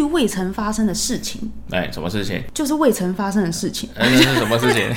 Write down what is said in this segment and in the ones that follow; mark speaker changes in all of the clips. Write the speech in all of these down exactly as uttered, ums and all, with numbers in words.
Speaker 1: 未曾发生的事情。
Speaker 2: 哎，什么事情？
Speaker 1: 就是未曾发生的事情。
Speaker 2: 哎，那是什么事情？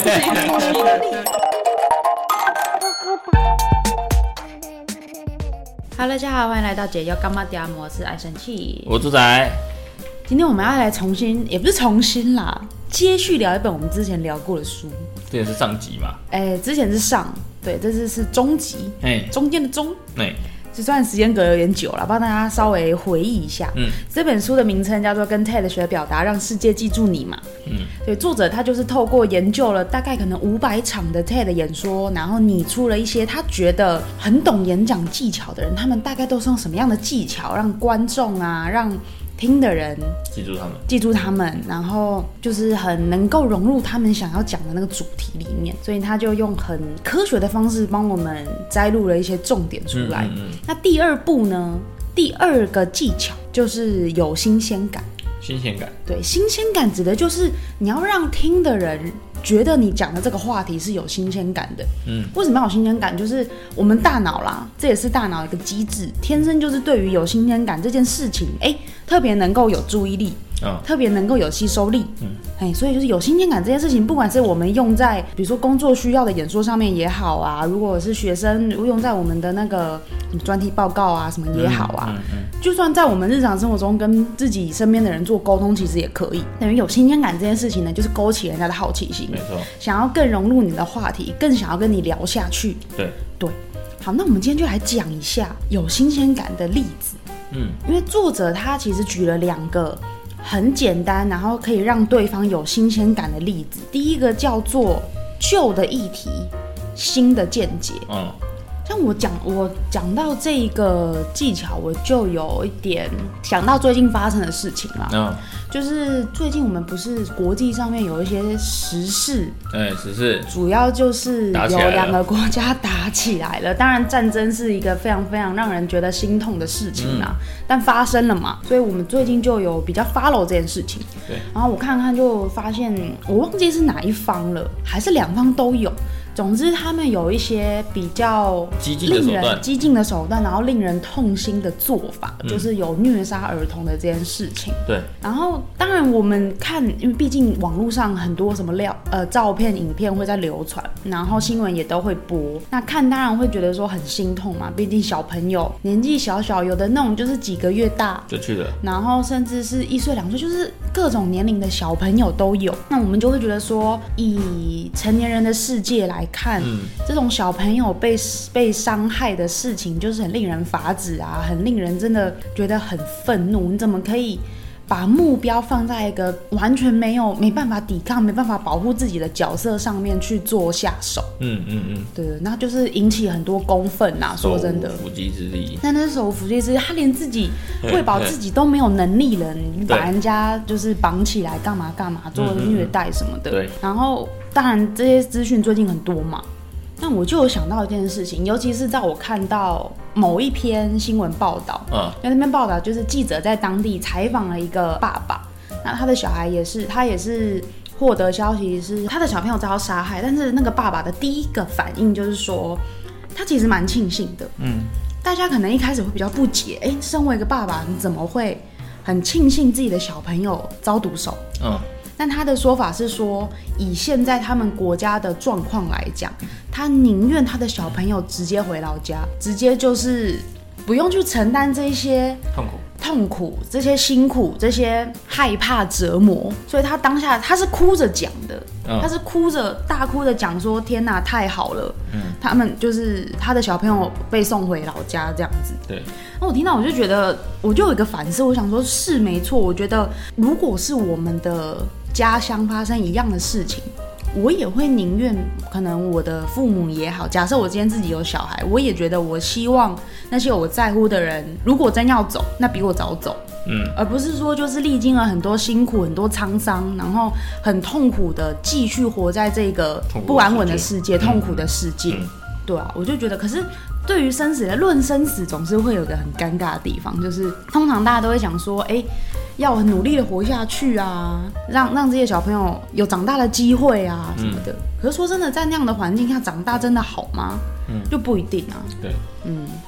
Speaker 1: Hello， 大家好，欢迎来到解忧干妈嗲模式爱生气。
Speaker 2: 我猪仔。
Speaker 1: 今天我们要来重新，也不是重新啦，接续聊一本我们之前聊过的书。
Speaker 2: 这也是上集嘛？
Speaker 1: 哎，之前是上，对，这次是中集，哎，中间的中，哎。这段时间隔有点久了，帮大家稍微回忆一下。嗯，这本书的名称叫做《跟 T E D 学表达，让世界记住你》嘛。嗯，对，作者他就是透过研究了大概可能五百场的 T E D 演说，然后拟出了一些他觉得很懂演讲技巧的人，他们大概都是用什么样的技巧让观众啊，让听的人
Speaker 2: 记住他们，
Speaker 1: 记住他们，然后就是很能够融入他们想要讲的那个主题里面，所以他就用很科学的方式帮我们摘录了一些重点出来。嗯嗯嗯，那第二步呢，第二个技巧就是有新鲜感。
Speaker 2: 新鲜感，
Speaker 1: 对，新鲜感指的就是你要让听的人觉得你讲的这个话题是有新鲜感的。嗯，为什么要有新鲜感？就是我们大脑啦，这也是大脑一个机制，天生就是对于有新鲜感这件事情，哎，特别能够有注意力。哦，特别能够有吸收力。嗯，哎，所以就是有新鲜感这件事情，不管是我们用在比如说工作需要的演说上面也好啊，如果是学生用在我们的那个专题报告啊什么也好啊，嗯嗯嗯，就算在我们日常生活中跟自己身边的人做沟通，其实也可以。等于有新鲜感这件事情呢，就是勾起人家的好奇心，没错，想要更融入你的话题，更想要跟你聊下去。
Speaker 2: 对
Speaker 1: 对，好，那我们今天就来讲一下有新鲜感的例子。嗯，因为作者他其实举了两个很简单，然后可以让对方有新鲜感的例子。第一个叫做旧的议题，新的见解。嗯，像我讲我讲到这个技巧，我就有一点想到最近发生的事情啦。嗯，就是最近我们不是国际上面有一些时事，
Speaker 2: 对，时事
Speaker 1: 主要就是有两个国家打起来了。当然，战争是一个非常非常让人觉得心痛的事情啦。嗯，但发生了嘛，所以我们最近就有比较 follow 这件事情。对，然后我看看就发现，我忘记是哪一方了，还是两方都有。总之，他们有一些比较
Speaker 2: 激进的手段，
Speaker 1: 激进的手段，然后令人痛心的做法，嗯，就是有虐杀儿童的这件事情。
Speaker 2: 对，
Speaker 1: 然后当然我们看，因为毕竟网络上很多什么料呃照片、影片会在流传，然后新闻也都会播。那看当然会觉得说很心痛嘛，毕竟小朋友年纪小小，有的那种就是几个月大
Speaker 2: 就去了，
Speaker 1: 然后甚至是一岁两岁，就是各种年龄的小朋友都有。那我们就会觉得说，以成年人的世界来看，嗯，这种小朋友被被伤害的事情，就是很令人发指啊，很令人真的觉得很愤怒。你怎么可以把目标放在一个完全没有没办法抵抗、没办法保护自己的角色上面去做下手？嗯嗯嗯，对，那就是引起很多公愤呐。说真的，
Speaker 2: 手无缚鸡之力。
Speaker 1: 那那手无缚鸡之力，他连自己喂饱自己都没有能力了，你把人家就是绑起来干嘛干嘛，做虐待什么的。对，然后当然这些资讯最近很多嘛。那我就有想到一件事情，尤其是在我看到某一篇新闻报道，嗯，那篇报道就是记者在当地采访了一个爸爸，那他的小孩也是，他也是获得消息是他的小朋友遭到杀害，但是那个爸爸的第一个反应就是说，他其实蛮庆幸的，嗯，大家可能一开始会比较不解，哎，身为一个爸爸，你怎么会很庆幸自己的小朋友遭毒手？嗯。但他的说法是说，以现在他们国家的状况来讲，他宁愿他的小朋友直接回老家，直接就是不用去承担这些
Speaker 2: 痛苦、
Speaker 1: 痛苦这些辛苦、这些害怕折磨。所以他当下他是哭着讲的，嗯，他是哭着大哭着讲说：“天哪，太好了！”嗯，他们就是他的小朋友被送回老家这样子。
Speaker 2: 对。
Speaker 1: 那我听到我就觉得，我就有一个反思，我想说，是没错。我觉得，如果是我们的家乡发生一样的事情，我也会宁愿，可能我的父母也好，假设我今天自己有小孩，我也觉得我希望那些我在乎的人，如果真要走，那比我早走，嗯，而不是说就是历经了很多辛苦、很多沧桑，然后很痛苦的继续活在这个不安稳的世界、痛苦的世界，嗯，对啊，我就觉得，可是。对于生死论生死，总是会有个很尴尬的地方，就是通常大家都会想说，哎，要很努力的活下去啊，让让这些小朋友有长大的机会啊什么的。嗯，可是说真的，在那样的环境下长大真的好吗？嗯，就不一定啊。
Speaker 2: 对，
Speaker 1: 嗯，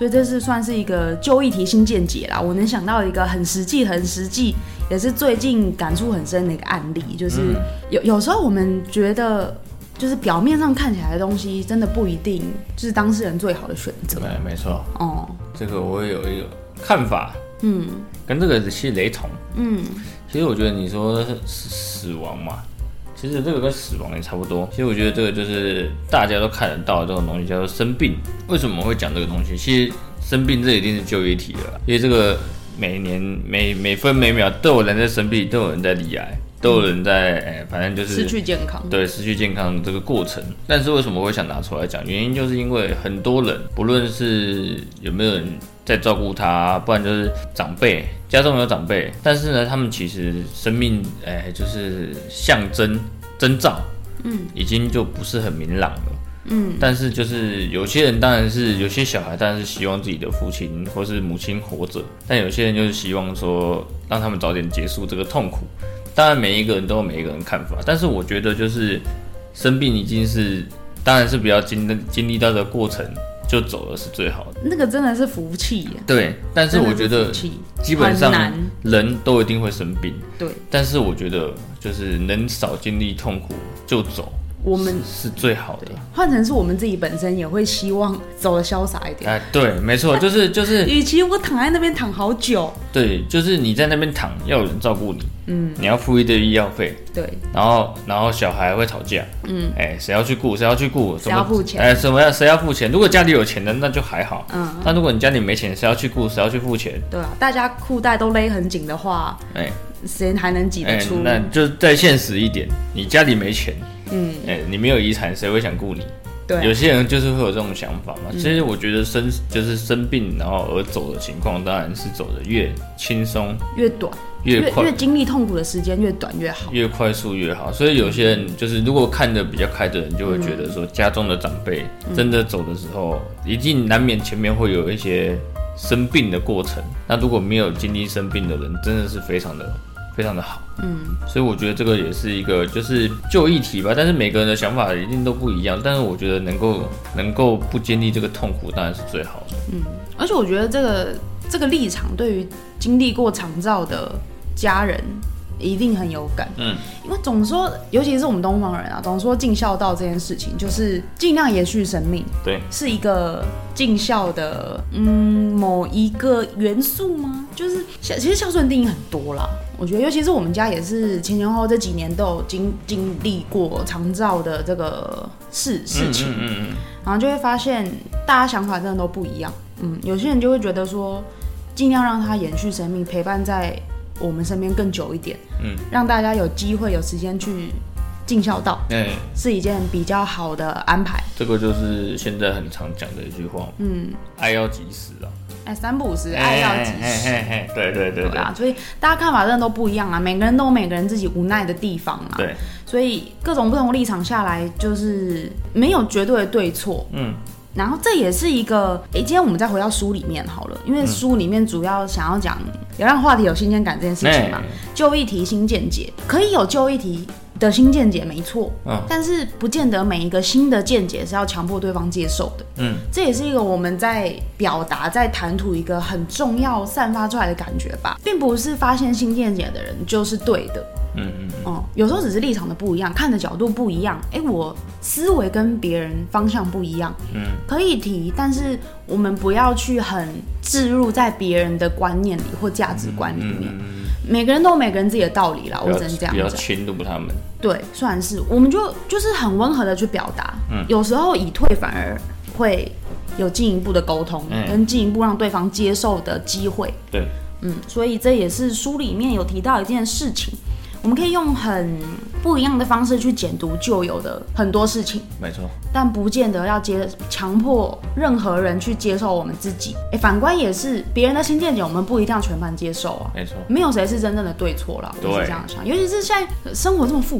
Speaker 1: 所以这是算是一个旧议题新见解啦。我能想到一个很实际、很实际，也是最近感触很深的一个案例，就是有有时候我们觉得。就是表面上看起来的东西，真的不一定就是当事人最好的选择。
Speaker 2: 对，没错。
Speaker 1: 哦，
Speaker 2: 这个我也有一个看法，
Speaker 1: 嗯，
Speaker 2: 跟这个其实雷同。
Speaker 1: 嗯，
Speaker 2: 其实我觉得你说死亡嘛，其实这个跟死亡也差不多。其实我觉得这个就是大家都看得到的这种东西，叫做生病。为什么会讲这个东西？其实生病这一定是就医题了，因为这个每年每每分每秒都有人在生病，都有人在罹癌。都有人在，哎、欸，反正就是
Speaker 1: 失去健康，
Speaker 2: 对，失去健康的这个过程。但是为什么我会想拿出来讲？原因就是因为很多人，不论是有没有人在照顾他，不然就是长辈，家中有长辈，但是呢，他们其实生命，哎、欸，就是象征征兆，嗯，已经就不是很明朗了。嗯，但是就是有些人当然是有些小孩当然是希望自己的父亲或是母亲活着，但有些人就是希望说让他们早点结束这个痛苦。当然每一个人都有每一个人看法，但是我觉得就是生病已经是，当然是不要经经历到的过程就走了是最好的。
Speaker 1: 那个真的是福气耶。
Speaker 2: 对，但是我觉得基本上人都一定会生病。
Speaker 1: 对，
Speaker 2: 但是我觉得就是能少经历痛苦就走。我们是最好的，
Speaker 1: 换成是我们自己本身也会希望走得潇洒一点。
Speaker 2: 哎，对，没错，就是就是，
Speaker 1: 与其我躺在那边躺好久，
Speaker 2: 对，就是你在那边躺，要有人照顾你，嗯，你要付一堆医药费，
Speaker 1: 对，
Speaker 2: 然后然后小孩会吵架，嗯，哎，谁要去顾，谁要去顾，
Speaker 1: 谁要付钱，
Speaker 2: 哎，什么要谁要付钱？如果家里有钱的那就还好，嗯，但如果你家里没钱，谁要去顾，谁要去付钱？
Speaker 1: 对啊，大家裤带都勒很紧的话，哎，谁还能挤得出？
Speaker 2: 哎，那就再现实一点，你家里没钱。嗯，哎、欸，你没有遗产，谁会想顾你？
Speaker 1: 对、啊，
Speaker 2: 有些人就是会有这种想法嘛。嗯、其实我觉得生就是生病然后而走的情况，当然是走的越轻松、
Speaker 1: 越短、
Speaker 2: 越快，
Speaker 1: 越经历痛苦的时间越短越好，
Speaker 2: 越快速越好。所以有些人就是如果看得比较开的人，就会觉得说，家中的长辈真的走的时候，嗯、一定难免前面会有一些生病的过程。那如果没有经历生病的人，真的是非常的。非常的好，嗯，所以我觉得这个也是一个就是旧议题吧，但是每个人的想法一定都不一样，但是我觉得能够能够不经历这个痛苦当然是最好的，
Speaker 1: 嗯，而且我觉得这个这个立场对于经历过长照的家人一定很有感，嗯，因为总说，尤其是我们东方人啊，总说尽孝道这件事情，就是尽量延续生命，
Speaker 2: 对，
Speaker 1: 是一个尽孝的，嗯，某一个元素吗？就是其实孝顺定义很多啦，我觉得，尤其是我们家也是前前后后这几年都有经经历过长照的这个事事情，嗯嗯嗯嗯，然后就会发现大家想法真的都不一样，嗯，有些人就会觉得说，尽量让他延续生命，陪伴在我们身边更久一点，嗯，让大家有机会有时间去尽孝道，哎、欸，是一件比较好的安排。
Speaker 2: 这个就是现在很常讲的一句话，嗯，爱要及时啊，
Speaker 1: 哎、欸，三不五时，爱要及时，
Speaker 2: 嘿嘿嘿对对对 对, 对
Speaker 1: 啊，所以大家看法真的都不一样啊，每个人都有每个人自己无奈的地方啊，
Speaker 2: 对，
Speaker 1: 所以各种不同立场下来，就是没有绝对的对错，嗯。然后这也是一个，哎，今天我们再回到书里面好了，因为书里面主要想要讲，要让话题有新鲜感这件事情嘛，旧议题新见解，可以有旧议题的新见解没错，嗯，但是不见得每一个新的见解是要强迫对方接受的，嗯，这也是一个我们在表达、在谈吐一个很重要散发出来的感觉吧，并不是发现新见解的人就是对的。嗯嗯哦，有时候只是立场的不一样，看的角度不一样，哎，我思维跟别人方向不一样，嗯，可以提，但是我们不要去很置入在别人的观念里或价值观里面。嗯嗯嗯，每个人都有每个人自己的道理啦，我只能这样讲。
Speaker 2: 不要侵入他们。
Speaker 1: 对，算是，我们就就是很温和的去表达，嗯，有时候以退反而会有进一步的沟通，嗯，跟进一步让对方接受的机会。
Speaker 2: 对，
Speaker 1: 嗯，所以这也是书里面有提到一件事情。我们可以用很不一样的方式去解读旧有的很多事情，
Speaker 2: 没错，
Speaker 1: 但不见得要接强迫任何人去接受我们自己。哎，反观也是，别人的新见解我们不一定要全盘接受啊，
Speaker 2: 没错，
Speaker 1: 没有谁是真正的对错啦，我是这样想。尤其是现在生活这么复杂，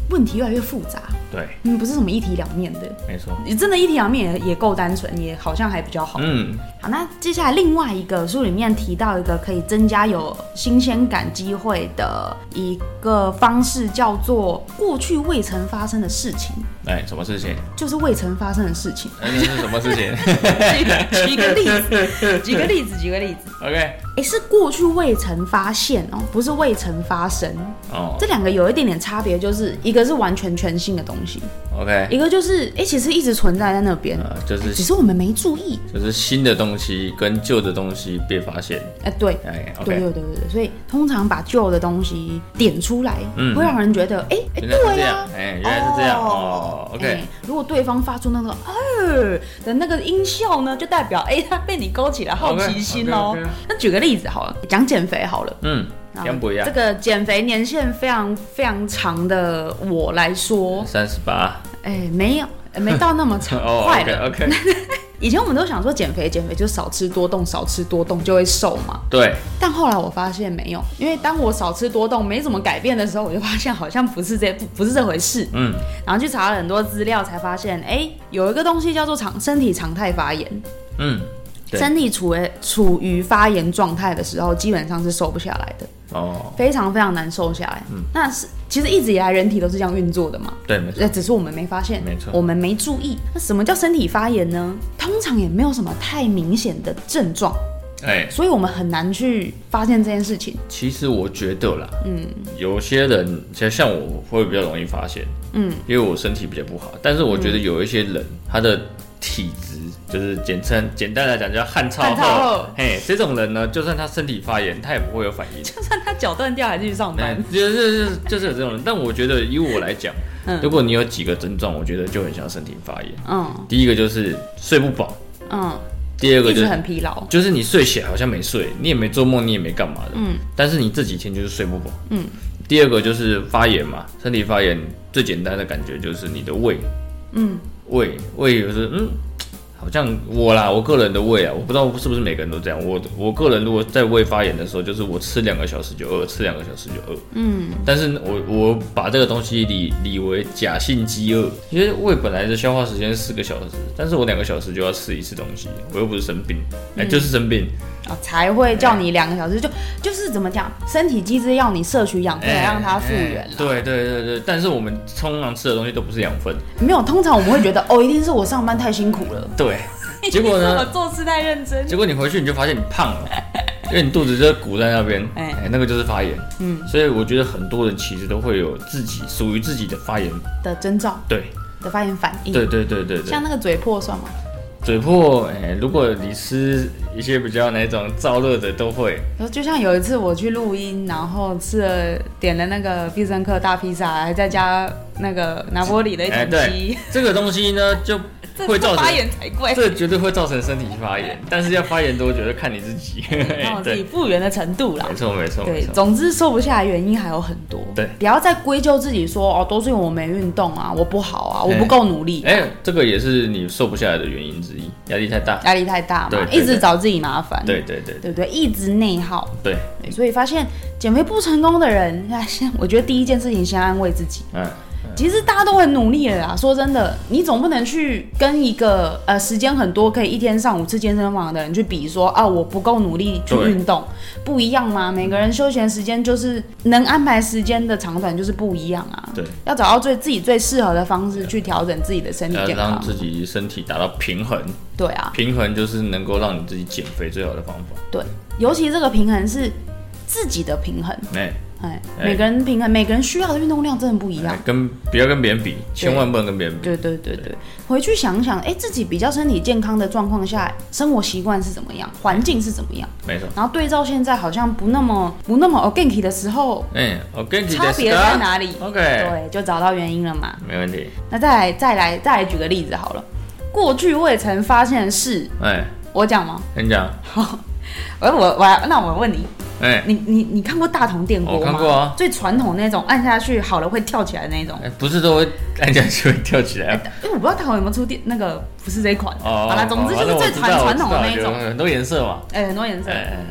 Speaker 1: 问题越来越复杂。
Speaker 2: 对，
Speaker 1: 嗯，不是什么一体两面的，
Speaker 2: 没错，
Speaker 1: 你真的一体两面 也, 也够单纯，也好像还比较好。
Speaker 2: 嗯，
Speaker 1: 好，那接下来另外一个书里面提到一个可以增加有新鲜感机会的一个方式，叫做过去未曾发生的事情。
Speaker 2: 哎，什么事情？
Speaker 1: 就是未曾发生的事情。
Speaker 2: 那是什么事情？
Speaker 1: 举个例子，举个例子，举个例子。
Speaker 2: OK，
Speaker 1: 哎，是过去未曾发现哦，不是未曾发生。哦，这两个有一点点差别，就是一个是完全全新的东西
Speaker 2: ，OK，
Speaker 1: 一个就是哎，其实一直存在在那边，呃、就是只是我们没注意。
Speaker 2: 就是新的东西跟旧的东西被发现。
Speaker 1: 哎，对，哎 ，okay， 对对对对，所以通常把旧的东西点出来，嗯、会让人觉得哎哎，对呀，
Speaker 2: 哎，原来是这样哦。OK， 欸、
Speaker 1: 如果对方发出那个呃的那个音效呢，就代表哎、欸，他被你勾起了好奇心哦。Okay, okay, okay. 那举个例子好了，讲减肥好了，嗯，
Speaker 2: 减不一样。
Speaker 1: 这个减肥年限非常非常长的我来说，
Speaker 2: 三十八，
Speaker 1: 哎，没有，没到那么长，
Speaker 2: 哦、
Speaker 1: 快了。
Speaker 2: OK，, okay.
Speaker 1: 以前我们都想说减肥减肥就少吃多动，少吃多动就会瘦嘛。
Speaker 2: 对。
Speaker 1: 但后来我发现没有，因为当我少吃多动没怎么改变的时候，我就发现好像不是这不不是这回事。嗯。然后去查了很多资料，才发现，哎，有一个东西叫做常身体常态发炎。嗯。身体处于处于发炎状态的时候，基本上是瘦不下来的。哦。非常非常难瘦下来。嗯。那是其实一直以来人体都是这样运作的嘛。
Speaker 2: 对，没错。
Speaker 1: 只是我们没发现，
Speaker 2: 没错，
Speaker 1: 我们没注意。那什么叫身体发炎呢？通常也没有什么太明显的症状。哎，所以我们很难去发现这件事情。
Speaker 2: 其实我觉得啦，嗯，有些人像我会比较容易发现，嗯，因为我身体比较不好。但是我觉得有一些人，嗯、他的体质就是简称简单来讲叫汗臭后，嘿，这种人呢，就算他身体发炎，他也不会有反应。
Speaker 1: 就算他脚断掉还是去上班，
Speaker 2: 就是就是有这种人。但我觉得以我来讲，嗯、如果你有几个症状，我觉得就很像身体发炎。嗯，第一个就是睡不饱，嗯。第二个就是
Speaker 1: 很疲劳，
Speaker 2: 就是你睡起来好像没睡，你也没做梦，你也没干嘛的，嗯，但是你这几天就是睡不饱，嗯。第二个就是发炎嘛，身体发炎最简单的感觉就是你的胃，嗯，胃胃有时嗯，好像我啦，我个人的胃啊，我不知道是不是每个人都这样，我我个人如果在胃发炎的时候，就是我吃两个小时就饿，吃两个小时就饿，嗯。但是我我把这个东西理理为假性饥饿，因为胃本来的消化时间是四个小时，但是我两个小时就要吃一次东西，我又不是生病，哎、嗯欸，就是生病。
Speaker 1: 哦、才会叫你两个小时就就是怎么讲，身体机制要你摄取养分来让它复原啦、欸欸、
Speaker 2: 对对对对，但是我们通常吃的东西都不是养分。
Speaker 1: 没有，通常我们会觉得哦，一定是我上班太辛苦了。
Speaker 2: 对，结果呢？
Speaker 1: 我做事太认真。
Speaker 2: 结果你回去你就发现你胖了，因为你肚子就鼓在那边，哎、欸欸，那个就是发炎。嗯，所以我觉得很多人其实都会有自己属于自己的发炎
Speaker 1: 的征兆，
Speaker 2: 对
Speaker 1: 的发炎反应。
Speaker 2: 对对对 对, 对
Speaker 1: 像那个嘴破算吗？
Speaker 2: 嘴破，哎、欸，如果你吃一些比较那种燥热的，都会。
Speaker 1: 就像有一次我去录音，然后吃了点了那个必胜客大披萨，还再加那个拿坡里的一种鸡、欸。
Speaker 2: 这个东西呢，就会造成
Speaker 1: 发炎才怪。
Speaker 2: 这绝对会造成身体发炎，但是要发炎多久，就看你自己，
Speaker 1: 看我自己复原的程度啦。
Speaker 2: 没错没错。
Speaker 1: 对，总之瘦不下来原因还有很多。
Speaker 2: 对，
Speaker 1: 不要再归咎自己说哦，都是因为我没运动啊，我不好啊，我不够努力、啊。哎、
Speaker 2: 欸，这个也是你瘦不下来的原因之一，压力太大。
Speaker 1: 压力太大嘛，
Speaker 2: 对对对，
Speaker 1: 一直找自己麻烦。
Speaker 2: 对对对，
Speaker 1: 对不对？一直内耗。
Speaker 2: 对。
Speaker 1: 对，所以发现减肥不成功的人，先我觉得第一件事情先安慰自己。嗯。其实大家都很努力了啦，说真的，你总不能去跟一个呃时间很多可以一天上五次健身房的人去比说啊我不够努力去运动，不一样吗？每个人休闲时间就是能安排时间的长短就是不一样啊。
Speaker 2: 对，
Speaker 1: 要找到最自己最适合的方式去调整自己的身体健康，
Speaker 2: 让自己身体达到平衡。
Speaker 1: 对啊，
Speaker 2: 平衡就是能够让你自己减肥最好的方法。
Speaker 1: 对，尤其这个平衡是自己的平衡。
Speaker 2: 欸
Speaker 1: 哎，每个人平衡，每个人需要的运动量真的不一样，
Speaker 2: 跟不要跟别人比，千万不能跟别人比。
Speaker 1: 对对对 对, 对，回去想想，哎，自己比较身体健康的状况下，生活习惯是怎么样，环境是怎么样，
Speaker 2: 没错。
Speaker 1: 然后对照现在好像不那么不那么 organic 的时候，
Speaker 2: 哎 ，organic
Speaker 1: 差别在哪里
Speaker 2: ？OK，
Speaker 1: 对，就找到原因了嘛。
Speaker 2: 没问题。
Speaker 1: 那再来再来再来举个例子好了，过去未曾发现的事，哎，我讲吗？
Speaker 2: 你讲。
Speaker 1: 我我我，那我问你。
Speaker 2: 哎、欸，
Speaker 1: 你你你看过大同电锅吗？
Speaker 2: 我看过啊，
Speaker 1: 最传统那种，按下去好了会跳起来的那种。
Speaker 2: 哎、欸，不是都会按下去会跳起来、啊？
Speaker 1: 哎、欸，我不知道大同有没有出电，那个不是这一款。哦，好啦，总之就是最传传统的那一种，
Speaker 2: 很多颜色嘛。
Speaker 1: 哎、欸，很多颜色。哎、欸，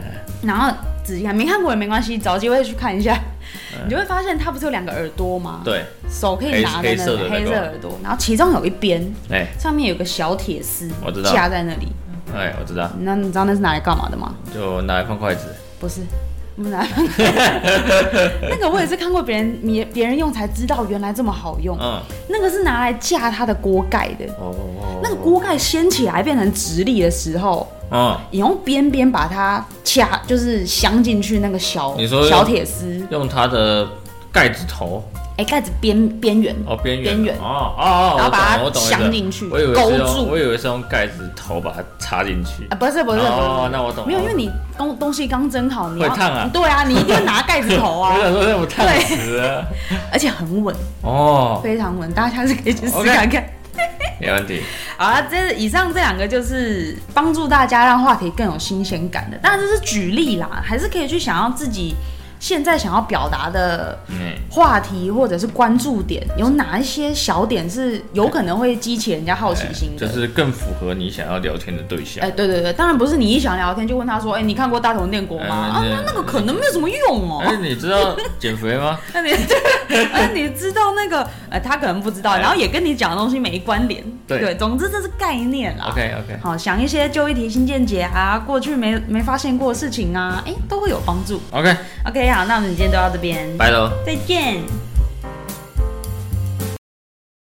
Speaker 1: 然后仔细看，没看过也没关系，找机会去看一下，嗯、你就会发现它不是有两个耳朵吗？
Speaker 2: 对，
Speaker 1: 手可以拿的那个黑色耳朵，然后其中有一边，哎，上面有个小铁丝，
Speaker 2: 我知道，
Speaker 1: 架在那里。
Speaker 2: 哎，我知道。
Speaker 1: 那你知道那是拿来干嘛的吗？
Speaker 2: 就拿来放筷子。
Speaker 1: 不是。那个我也是看过别人别别人用才知道原来这么好用。嗯，那个是拿来架它的锅盖的。哦，那个锅盖掀起来变成直立的时候，嗯，你用边边把它掐，就是镶进去那个小小铁丝，
Speaker 2: 用它的盖子头。
Speaker 1: 哎，盖子边边缘
Speaker 2: 哦，边缘
Speaker 1: 边缘
Speaker 2: 哦哦，
Speaker 1: 然后把它镶进去，
Speaker 2: 我以为
Speaker 1: 勾住，
Speaker 2: 我以为是用盖子头把它插进去
Speaker 1: 啊，不是不是
Speaker 2: 哦，那我懂，
Speaker 1: 没有，因为你东东西刚蒸好，你
Speaker 2: 会烫啊，
Speaker 1: 对啊，你一定要拿盖子头啊，
Speaker 2: 我想说那我烫死了，
Speaker 1: 而且很稳
Speaker 2: 哦，
Speaker 1: 非常稳，大家下次可以去试看看，
Speaker 2: 没问题。
Speaker 1: 好了，这以上这两个就是帮助大家让话题更有新鲜感的，当然这是举例啦，还是可以去想要自己。现在想要表达的话题或者是关注点，有哪一些小点是有可能会激起人家好奇心的？
Speaker 2: 就是更符合你想要聊天的对象。
Speaker 1: 哎，对对对，当然不是你一想聊天就问他说，哎，你看过大同电国吗？啊，那那个可能没有什么用哦。
Speaker 2: 哎，你知道减肥吗？
Speaker 1: 那你哎，你知道那个？呃，他可能不知道，然后也跟你讲的东西没关联。对，总之这是概念啦。
Speaker 2: OK OK，
Speaker 1: 好，想一些旧议题新见解啊，过去没没发现过的事情啊，哎，都会有帮助。
Speaker 2: OK
Speaker 1: OK。好，那我们今天就到这边，
Speaker 2: 拜喽，
Speaker 1: 再见。